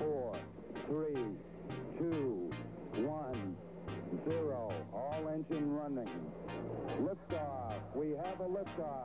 4, 3, 2, 1, 0. All engine running. Liftoff. We have a liftoff.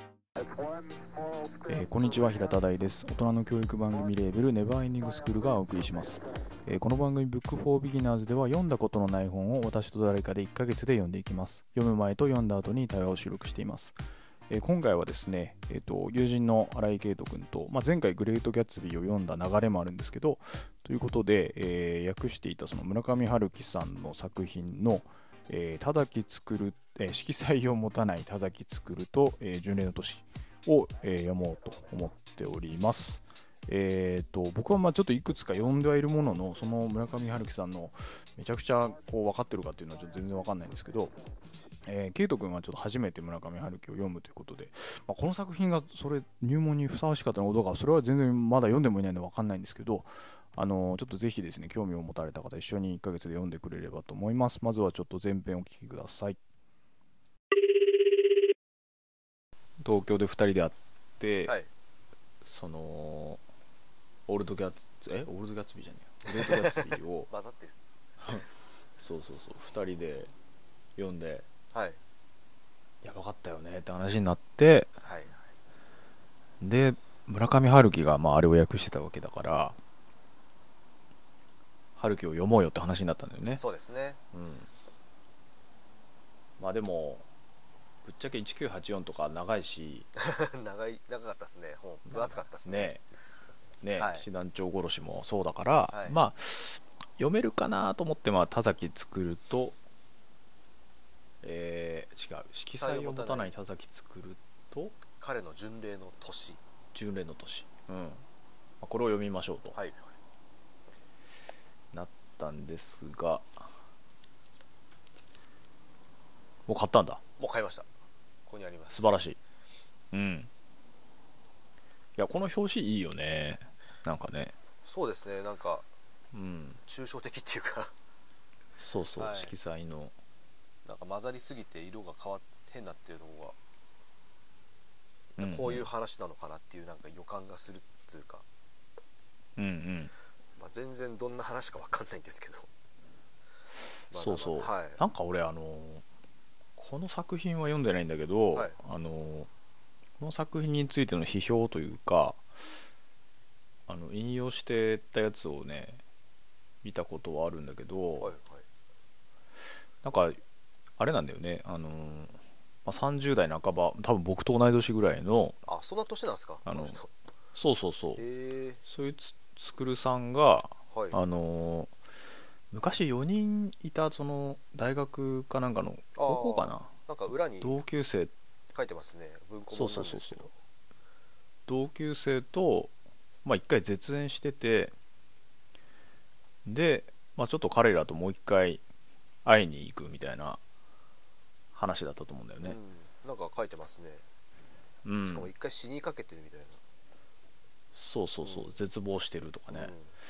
こんにちは、平田大です。大人の教育番組レーベルネバーエンディングスクールがお送りします。この番組 Book for Beginners では読んだことのない本を私と誰かで1ヶ月で読んでいきます。読む前と読んだ後に対話を収録しています。今回はですね、友人の新井圭人君と、前回グレート・ギャッツビーを読んだ流れもあるんですけど、ということで、訳していたその村上春樹さんの作品の田崎作、色彩を持たない田崎作と、巡礼の都市を、読もうと思っております。僕はちょっといくつか読んではいるものの、その村上春樹さんのめちゃくちゃこう分かってるかっていうのはちょっと全然分かんないんですけど、ケイト君はちょっと初めて村上春樹を読むということで、この作品がそれ入門にふさわしかったのかどうか、それは全然まだ読んでもいないので分かんないんですけど、ちょっとぜひですね、興味を持たれた方、一緒に1ヶ月で読んでくれればと思います。まずはちょっと前編お聞きください。東京で2人で会って、 はい、 そのオールドギャッツビーじゃねえよ、グレートギャッツビーを混ざってるそう2人で読んで、 はい、 やばかったよねって話になって、 はい、 で村上春樹があれを訳してたわけだから、春樹を読もうよって話になったんだよね。 そうですね。 でもぶっちゃけ1984とか長いし長かったですね。本分厚かったですね。 はい、師団長殺しもそうだから、 はい、 読めるかなと思って田崎作と、違う、色彩を持たない田崎作と彼の巡礼の都市、 これを読みましょうと、 はい、 なったんですが、もう買ったんだ。 もう買いました。ここにあります。 素晴らしい。いや、この表紙いいよね。なんかね。 そうですね。なんか、抽象的っていうかそう、 はい、 色彩のなんか混ざりすぎて色が変なっていうのが、こういう話なのかなっていうなんか予感がするっていうか、全然どんな話か分かんないんですけど、はい、 なんか俺この作品は読んでないんだけど、 はい、 この作品についての批評というか、引用してたやつをね見たことはあるんだけど、 はい、はい、 なんかあれなんだよね、30代半ば、多分僕と同い年ぐらいの、 そんな年なんですか、 そうそういう作るさんが、 はい、 昔4人いたその大学かなんかの高校かな、 なんか裏に同級生書いてますね。文庫本なんですけど、 同級生と一回絶縁してて、で、ちょっと彼らともう一回会いに行くみたいな話だったと思うんだよね。 なんか書いてますね。しかも一回死にかけてるみたいな。 そう、絶望してるとかね。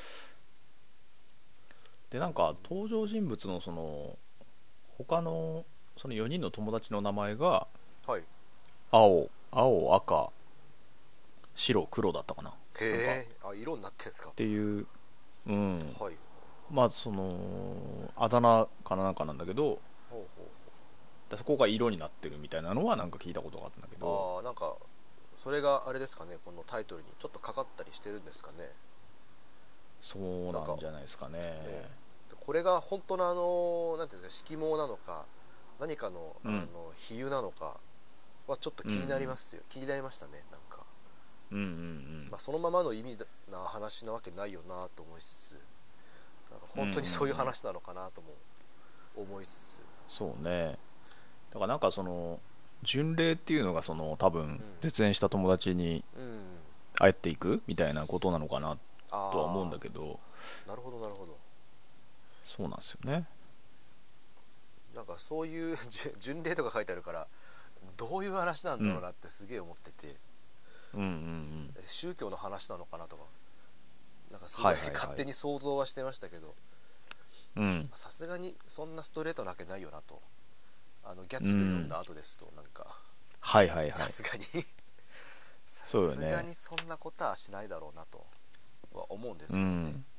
でなんか登場人物のその他のその4人の友達の名前が、 はい、 青、赤、白、黒だったかな。 へえ、色になってんですかっていう、 はい、 そのあだ名かなんかなんだけど、そこが色になってるみたいなのはなんか聞いたことがあったんだけど、 なんかそれがあれですかね、このタイトルにちょっとかかったりしてるんですかね。 そうなんじゃないですかね。 これが本当のなんていうんですか、色盲なのか何かの比喩なのかはちょっと気になりますよ。気になりましたね。なんかそのままの意味な話なわけないよなと思いつつ、なんか本当にそういう話なのかなとも思いつつ、 そうね。だからなんかその巡礼っていうのがその多分絶縁した友達に会っていくみたいなことなのかなとは思うんだけど、 なるほど。 そうなんですよね。 なんかそういう巡礼とか書いてあるから、どういう話なんだろうなってすげえ思ってて、宗教の話なのかなとか、なんかすごい勝手に想像はしてましたけど、さすがにそんなストレートなわけないよなと。ギャッツビー読んだ後ですと、なんかさすがにさすがにそんなことはしないだろうなとは思うんですけどね。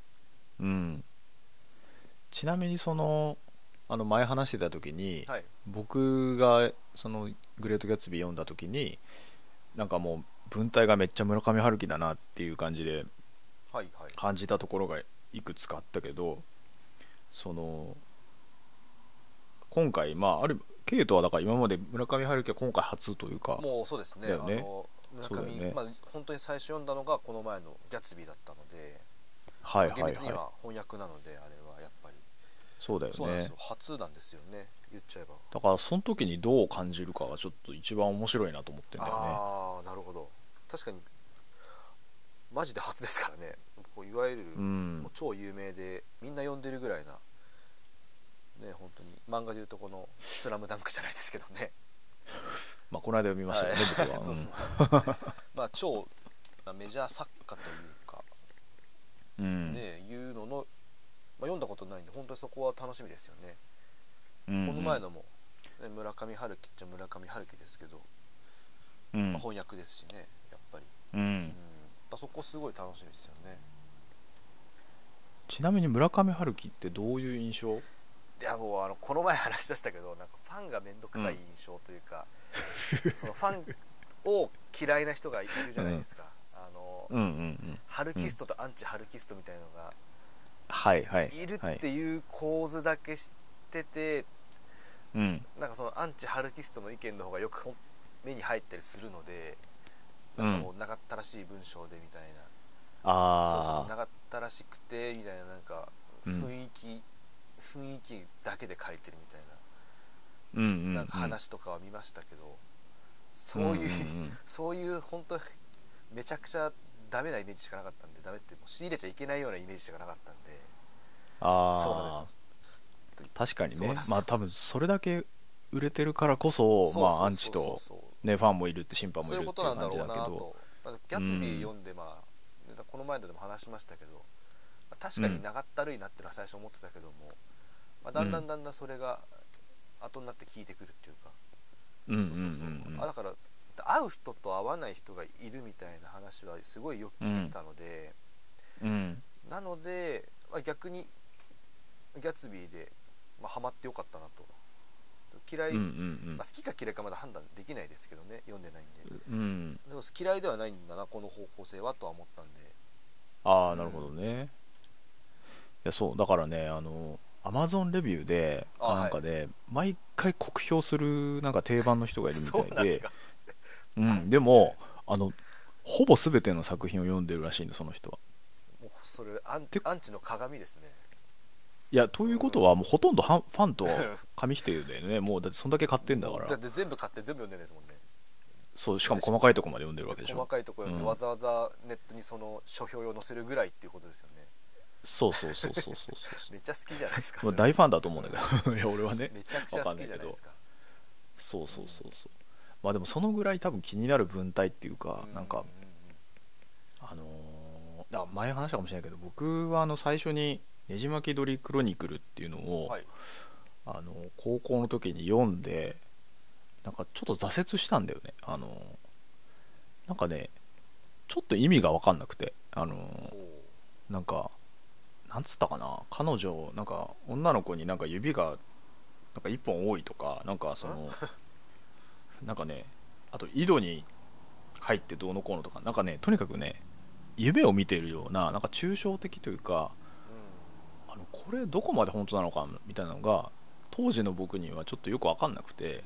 うん、ちなみに前話してた時に、 はい僕がそのグレート・ギャツビー読んだ時になんかもう文体がめっちゃ村上春樹だなっていう感じではいはい。 感じたところがいくつかあったけど、その今回あるケイトはだから今まで村上春樹は今回初というかもうそうですね、 だよね。 村上、 そうだよね。 本当に最初読んだのがこの前のギャツビーだったので、厳はいはいはい。 密には翻訳なので、あれはやっぱりそうだよね。 そうなんですよ、初なんですよね、言っちゃえば。 だからその時にどう感じるかがちょっと一番面白いなと思ってんだよね。 ああ、なるほど。確かにマジで初ですからね。こういわゆるうん。 もう超有名でみんな読んでるぐらいなね、本当に漫画でいうとこのスラムダンクじゃないですけどね。 この間読みましたよね、 はい、 僕は。 そうそう超メジャー作家というかうん。 ね、いうのの、読んだことないんで本当にそこは楽しみですよね。 うん。 この前のも、ね、村上春樹っちゃ村上春樹ですけど、 うん。 翻訳ですしね、やっぱり、 うん。 そこすごい楽しみですよね。 ちなみに村上春樹ってどういう印象？ いやもうこの前話しましたけど、なんかファンがめんどくさい印象というか、そのファンを嫌いな人がいるじゃないですか、 うんうんうんハルキストとアンチハルキストみたいなのがはいはいいるはい。 っていう構図だけ知ってて、 うん。 なんかそのアンチハルキストの意見の方がよく目に入ったりするので、なんかうん。 もう長ったらしい文章でみたいな、そうそうそう、 ああ。 長ったらしくてみたいな、なんかうん。 雰囲気だけで書いてるみたいうんうな、なんかんうん。 話とかは見ましたけど、 うんうんうそういうん。 そういう本当めちゃくちゃダメなイメージしかなかったんで、ダメってもう仕入れちゃいけないようなイメージしかなかったんで。そうなんですよ。 ああ。確かにね。 そうなんですよ。 多分それだけ売れてるからこそ、 そうそうアンチそうそうとそう、 ね、ファンもいるって審判もそういういるっていう感じことなんだろうだけど。 なと、ギャツビーうん。 読んで、この前でも話しましたけど、確かにうん。 長ったるいなってのは最初思ってたけども、 うん。 だんだんそれが後になって効いてくるっていうか、 うんうんうそうそうそう、 んだから会う人と会わない人がいるみたいな話はすごいよく聞いてたので、 うん。うん。 なので、逆にギャツビーで、ハマってよかったなと。嫌い、 うんうん好きか嫌いかまだ判断できないですけどね、読んでないんで。 うん。うん。 でも嫌いではないんだなこの方向性はとは思ったんで。 ああ、なるほどね。いや、そう、だからね、アマゾンレビューで、なはい。 んかで、毎回酷評する、なんか定番の人がいるみたいで、 そうなんですか。アンうん、でも、 チじゃないですか。 ほぼ全ての作品を読んでるらしいんで、その人は。 もうそれで、 アンチの鏡ですね。 いや、ということは、もうほとんどファンとうん紙一重だよね。もう、だってそんだけ買ってんだから。 もうだって全部買って全部読んでるんですもんね。 そう、しかもで細かいとこまで読んでるわけでしょ。 細かいところ読んで、わうん。 ざわざネットにその書評を載せるぐらいっていうことですよね。 そうそうそうそうそうそめっちゃ好きじゃないですかう。まあ、 それ。 大ファンだと思うんだけど。 ういや、俺はね、 めちゃくちわゃ好きかんないけど。 じゃないですか。 そううんそうそうそう。まあでもそのぐらい多分気になる文体っていうか、 うんうんなんか、前話したかもしれないけど、僕は最初にねじ巻き鳥クロニクルっていうのをはい。 高校の時に読んで、なんかちょっと挫折したんだよね。なんかね、ちょっと意味が分かんなくて、 ほなんか、なんつったかな、彼女、なんか女の子になんか指がなんか一本多いとか、なんかなんかね、あと井戸に入ってどうのこうのとか、なんかね、とにかくね、夢を見ているような、なんか抽象的というか、 う。 これどこまで本当なのかみたいなのが、当時の僕にはちょっとよく分かんなくて、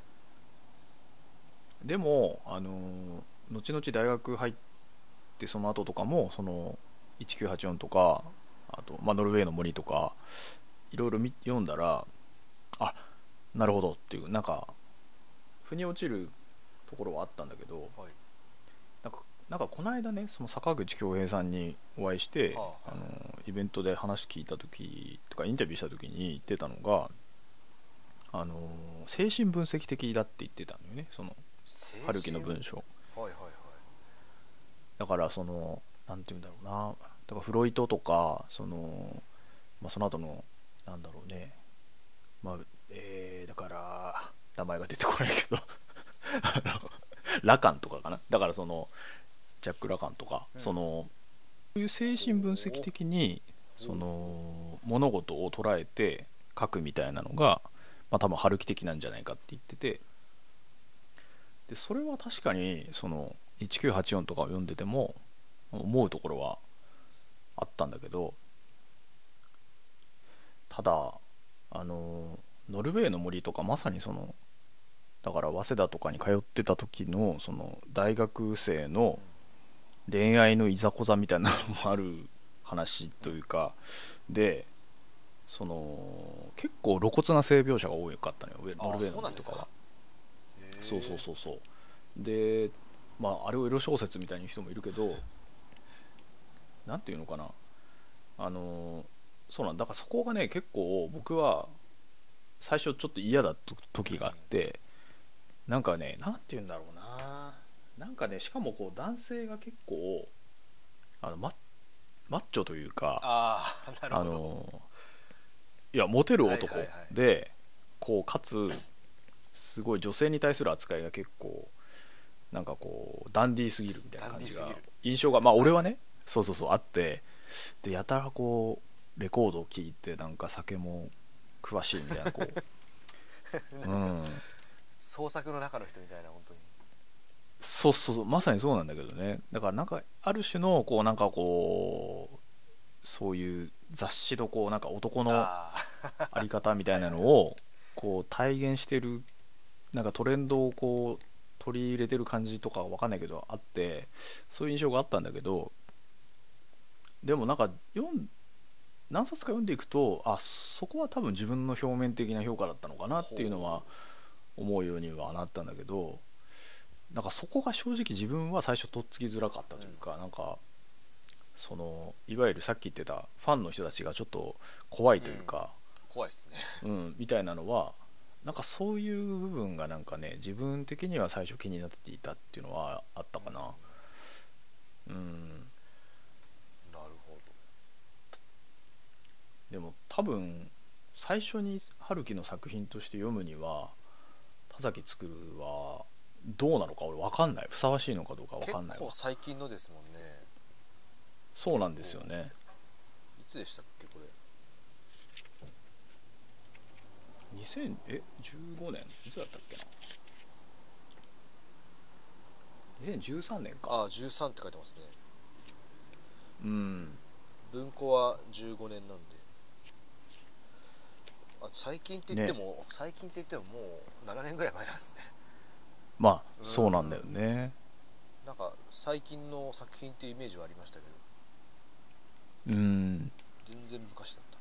でも、後々大学入ってその後とかも、1984とか、あと、ノルウェーの森とか、いろいろ読んだら、あ、なるほどっていう、なんか、腑に落ちるところはあったんだけど、 はい。 なんか、この間ね、その坂口恭平さんにお会いして、 はあ、はい。 イベントで話聞いた時とかインタビューした時に言ってたのが、精神分析的だって言ってたんだよね、 精春樹の神。 文章はいはいはい。 だから。なんて言うんだろうな、だからフロイトとかその後のなんだろうね、まあだから名前が出てこないけどラカンとかかな、だからジャック・ラカンとか、 うん。 そういう精神分析ほう。 的にその物事を捉えて書くみたいなのが、まあ、多分春樹的なんじゃないかって言ってて、でそれは確かにその1984とかを読んでても思うところはあったんだけど、ただノルウェーの森とかまさにそのだから早稲田とかに通ってた時のその大学生の恋愛のいざこざみたいなのもある話というかで、その結構露骨な性描写が多かったのよノルウェーの森とかは。そうそうそうそう。でまああれをエロ小説みたいに言う人もいるけど、なんていうのかな、そうなんだからそこがね結構僕は最初ちょっと嫌だった時があって、なんかねなんていうんだろうな、なんかねしかもこう男性が結構マッチョというか、 なるほど、 いやモテる男で、 はいはいはい、 こうかつすごい女性に対する扱いが結構なんかこうダンディーすぎるみたいな感じが印象がまあ俺はね、そうそうそうあって、でやたらこうレコードを聴いてなんか酒も詳しいみたいなこう創作の中の人みたいな本当に。 そうそうそうまさにそうなんだけどね、だからなんかある種のこうなんかこうそういう雑誌のこうなんか男のあり方みたいなのをこう体現してるなんかトレンドをこう取り入れてる感じとかわかんないけどあって、そういう印象があったんだけど、でもなんか何冊か読んでいくとそこは多分自分の表面的な評価だったのかなっていうのは思うようにはなったんだけど、なんかそこが正直自分は最初とっつきづらかったというか、なんかそのいわゆるさっき言ってたファンの人たちがちょっと怖いというか、 怖いですね、 みたいなのはなんかそういう部分がなんかね自分的には最初気になっていたっていうのはあったかな。 なるほど。 でも多分最初に春樹の作品として読むには田崎作はどうなのか俺分かんない、ふさわしいのかどうか分かんない。 結構最近のですもんね。 そうなんですよね。 いつでしたっけこれ。 2015年いつだったっけな、2013年か。 13って書いてますね。 文庫は15年なんで、最近って言っても、ね、最近って言ってももう7年ぐらい前なんですね。 まあそうなんだよね。 なんか最近の作品っていうイメージはありましたけど、全然昔だった。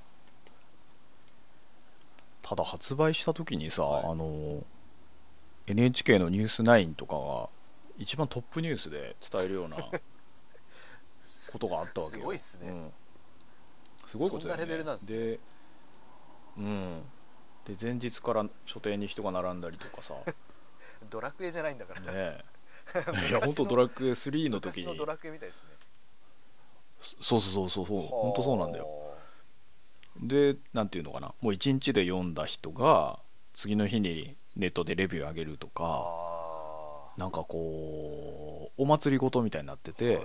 ただ発売した時にさ、NHK のニュース9とかが一番トップニュースで伝えるようなことがあったわけよ。 すごいっすね、 すごいことだよね。 そんなレベルなんですね。 で前日から書店に人が並んだりとかさドラクエじゃないんだからねいや本当ドラクエ3の時に昔のドラクエみたいですね。 そう本当そうなんだよ。でなんていうのかな、もう1日で読んだ人が次の日にネットでレビュー上げるとか、なんかこうお祭りごとみたいになってて、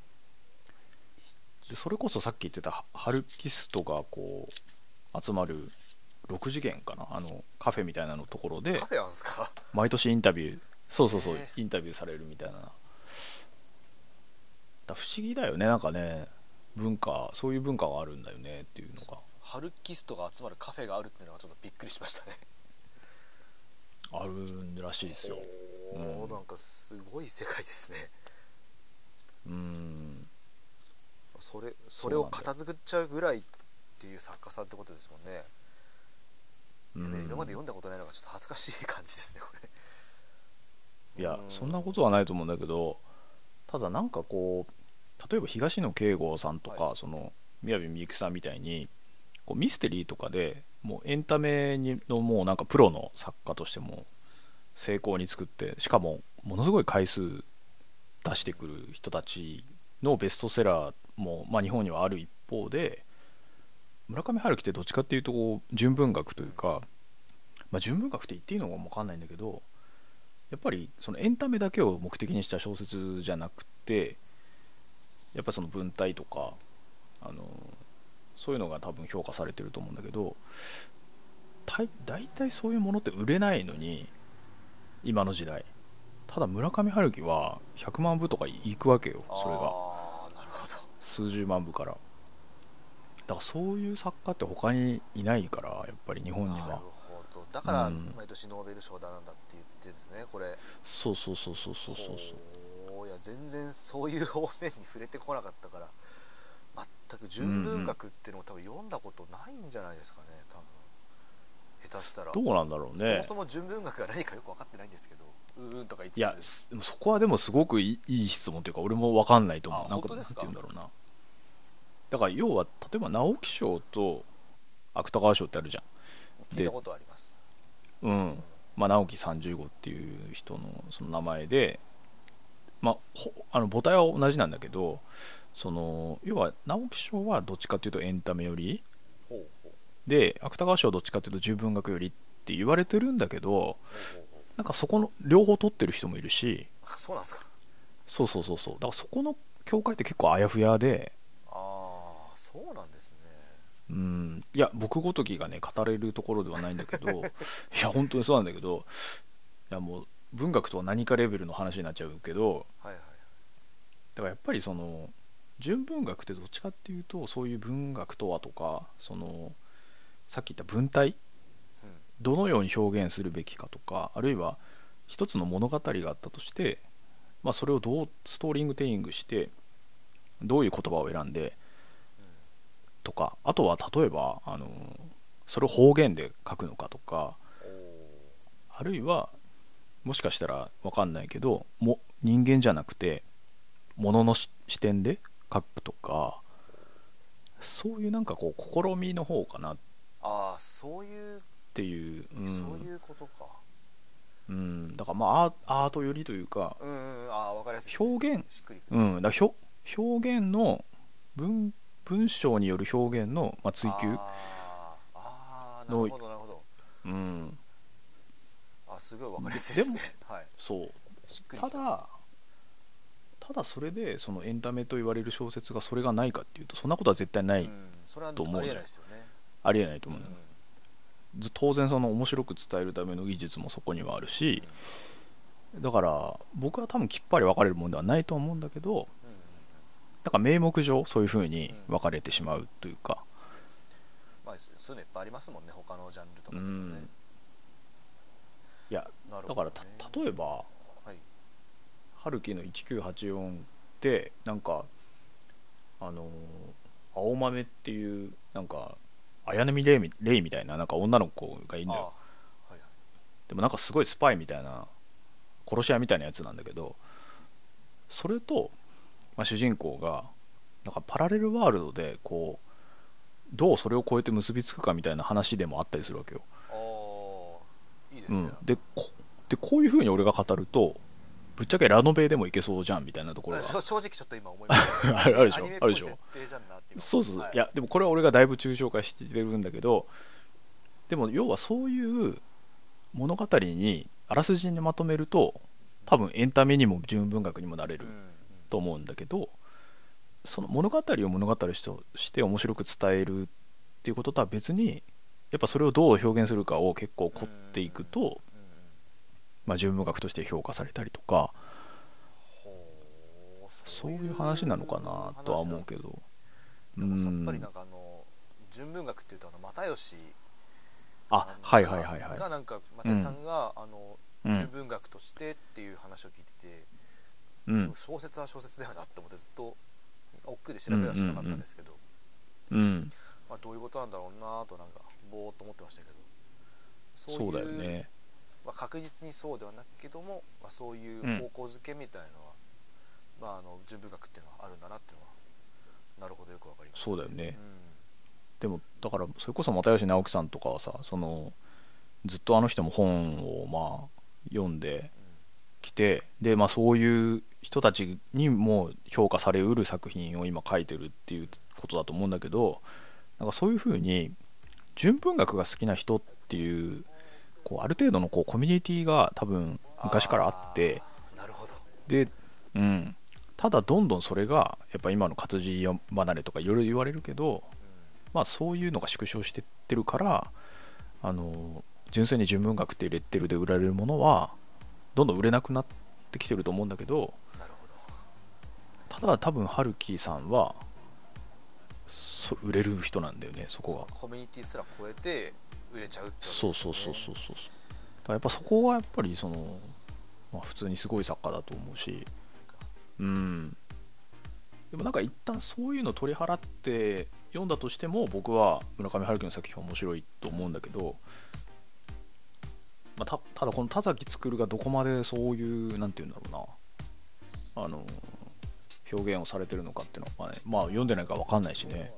でそれこそさっき言ってたハルキストがこう集まる6次元かな、カフェみたいなのところでカフェなんですか。 毎年インタビューそうインタビューされるみたいな。不思議だよね、なんかねそういう文化があるんだよねっていうのが。 ハルキストが集まるカフェがあるっていうのがちょっとびっくりしましたね。 あるらしいですよ。 なんかすごい世界ですね。それを片付っちゃうぐらいっていう作家さんってことですもんね。今まで読んだことないのがちょっと恥ずかしい感じですねこれ。いやそんなことはないと思うんだけど、ただなんかこう例えば東野圭吾さんとか、その宮部みゆきさんみたいにこうミステリーとかでもうエンタメのもうなんかプロの作家としても成功に作って、しかもものすごい回数出してくる人たちのベストセラーも、日本にはある一方で、村上春樹ってどっちかっていうとこう純文学というか、純文学って言っていいのかも分かんないんだけど、やっぱりそのエンタメだけを目的にした小説じゃなくて、やっぱりその文体とかそういうのが多分評価されてると思うんだけど、大体そういうものって売れないのに、今の時代。ただ村上春樹は100万部とかいくわけよ、それが。 ああ、なるほど。 数十万部から。だからそういう作家って他にいないから、やっぱり日本には。 なるほど。だから毎年ノーベル賞だなんだって言ってるんですね、これ。 そうそう。 いや全然そういう方面に触れてこなかったから、全く純文学っていうのを多分読んだことないんじゃないですかね、多分。下手したらどうなんだろうね。 そもそも純文学が何かよく分かってないんですけど、とか言いつつ。 いや、そこはでもすごくいい質問というか、俺も分かんないと思う。 本当ですか？ なんて言うんだろうな。だから要は例えば直木賞と芥川賞ってあるじゃん。 聞いたことあります。 まあ、直木35っていう人のその名前で、まあ、母体は同じなんだけど、その要は直木賞はどっちかっていうとエンタメよりで、芥川賞はどっちかっていうと純文学よりって言われてるんだけど、なんかそこの両方取ってる人もいるし。 そうなんですか。 そうだからそこの境界って結構あやふやで。 そうなんですね。 いや僕ごときがね語れるところではないんだけどいや本当にそうなんだけど、いやもう文学とは何かレベルの話になっちゃうけど、だからやっぱりその純文学ってどっちかっていうと、そういう文学とはとか、そのさっき言った文体、どのように表現するべきかとか、あるいは一つの物語があったとして、まあ、それをどうストーリングテイングしてどういう言葉を選んでとか、あとは例えばそれを方言で書くのかとか、あるいはもしかしたら分かんないけど人間じゃなくて物の視点で書くとか、そういうなんかこう試みの方かなそういうっていう、 そういうことか。 だからまあアート寄りというか、 分かりやすい、 表現、 しっくりだから表現の文章による表現の、まあ、追求の、 なるほどなるほど。すごい分かりやすいですね。 そうしっくりきた。ただそれでそのエンタメと言われる小説がそれがないかっていうと、そんなことは絶対ないと思う。 ありえないですよね。 ありえないと思う。当然その面白く伝えるための技術もそこにはあるし、だから僕は多分きっぱり分かれるものではないと思うんだけど、だから名目上そういう風に分かれてしまうというか、 そういうのいっぱいありますもんね、他のジャンルとかでもね。 いやだから例えば春樹の1984ってなんか青豆っていうなんか綾波レイみたいななんか女の子がいるんだよ。でもなんかすごいスパイみたいな殺し屋みたいなやつなんだけど、それと、まあ、主人公がなんかパラレルワールドでこうどうそれを超えて結びつくかみたいな話でもあったりするわけよ。 いいですね。 でこういう風に俺が語るとぶっちゃけラノベでもいけそうじゃんみたいなところが正直ちょっと今思いました。 あるでしょ。 アニメっぽい設定じゃんなっていう。 そう、いやでもこれは俺がだいぶ抽象化してるんだけど、でも要はそういう物語にあらすじにまとめると多分エンタメにも純文学にもなれると思うんだけど、その物語を物語として面白く伝えるっていうこととは別に、やっぱそれをどう表現するかを結構凝っていくと、まあ、純文学として評価されたりとか、そういう話なのかなとは思うけど、 さっぱりなんか純文学っていうと又吉がなんか又吉さんが純文学としてっていう話を聞いてて、小説は小説だよなって思ってずっと奥で調べはしなかったんですけど、まあどういうことなんだろうなとなんかぼーっと思ってましたけど、 そうだよね。 確実にそうではなくけども、そういう方向づけみたいのは、純文学っていうのはあるんだなっていうのはなるほどよくわかります。 そうだよね。でもだからそれこそ又吉直樹さんとかはさ、そのずっとあの人も本をまあ読んできて、でまあそういう人たちにも評価されうる作品を今書いてるっていうことだと思うんだけど、なんかそういうふうに純文学が好きな人っていうある程度のコミュニティが多分昔からあって、 なるほど。 で、ただどんどんそれがやっぱ今の活字離れとかいろいろ言われるけど、 まあそういうのが縮小してってるから、純粋に純文学っていうレッテルで売られるものはどんどん売れなくなってきてると思うんだけど、 なるほど。 ただ多分ハルキーさんは売れる人なんだよね、そこが。 コミュニティすら超えて売れちゃうってことですそうね。 そうそうそうそう。だからやっぱそこはやっぱりまあ、普通にすごい作家だと思うし、でもなんか一旦そういうの取り払って読んだとしても、僕は村上春樹の作品は面白いと思うんだけど、まあ、ただこの田崎つくるがどこまでそういうなんていうんだろうな、表現をされてるのかっていうのは、まあ読んでないから分かんないしね。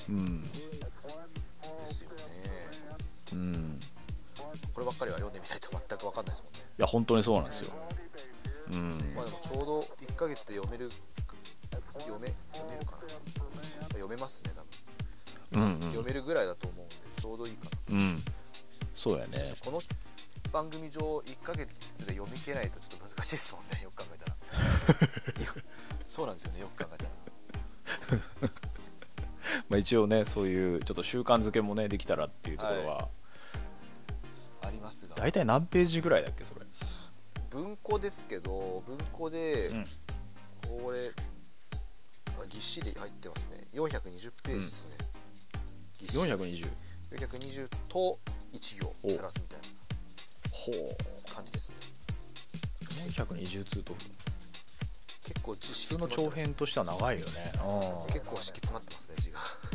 ですよね。こればっかりは読んでみないと全く分かんないですもんね。 いや本当にそうなんですよ。 まあでもちょうど1ヶ月で読めるかな。読めますね多分。読めるぐらいだと思うんでちょうどいいかな。 そうやね。 この番組上1ヶ月で読み切れないとちょっと難しいですもんね、よく考えたら。そうなんですよね、よく考えたら。 まあ一応ね、そういうちょっと習慣づけもねできたらっていうところは、 ありますが、 大体何ページぐらいだっけそれ。 文庫ですけど、文庫で、これぎっしり入ってますね。420ページですね。420と1行プラスみたいな感じですね。 420通と結構字普通の長編としては長いよね。 結構敷き詰まってますね、字が。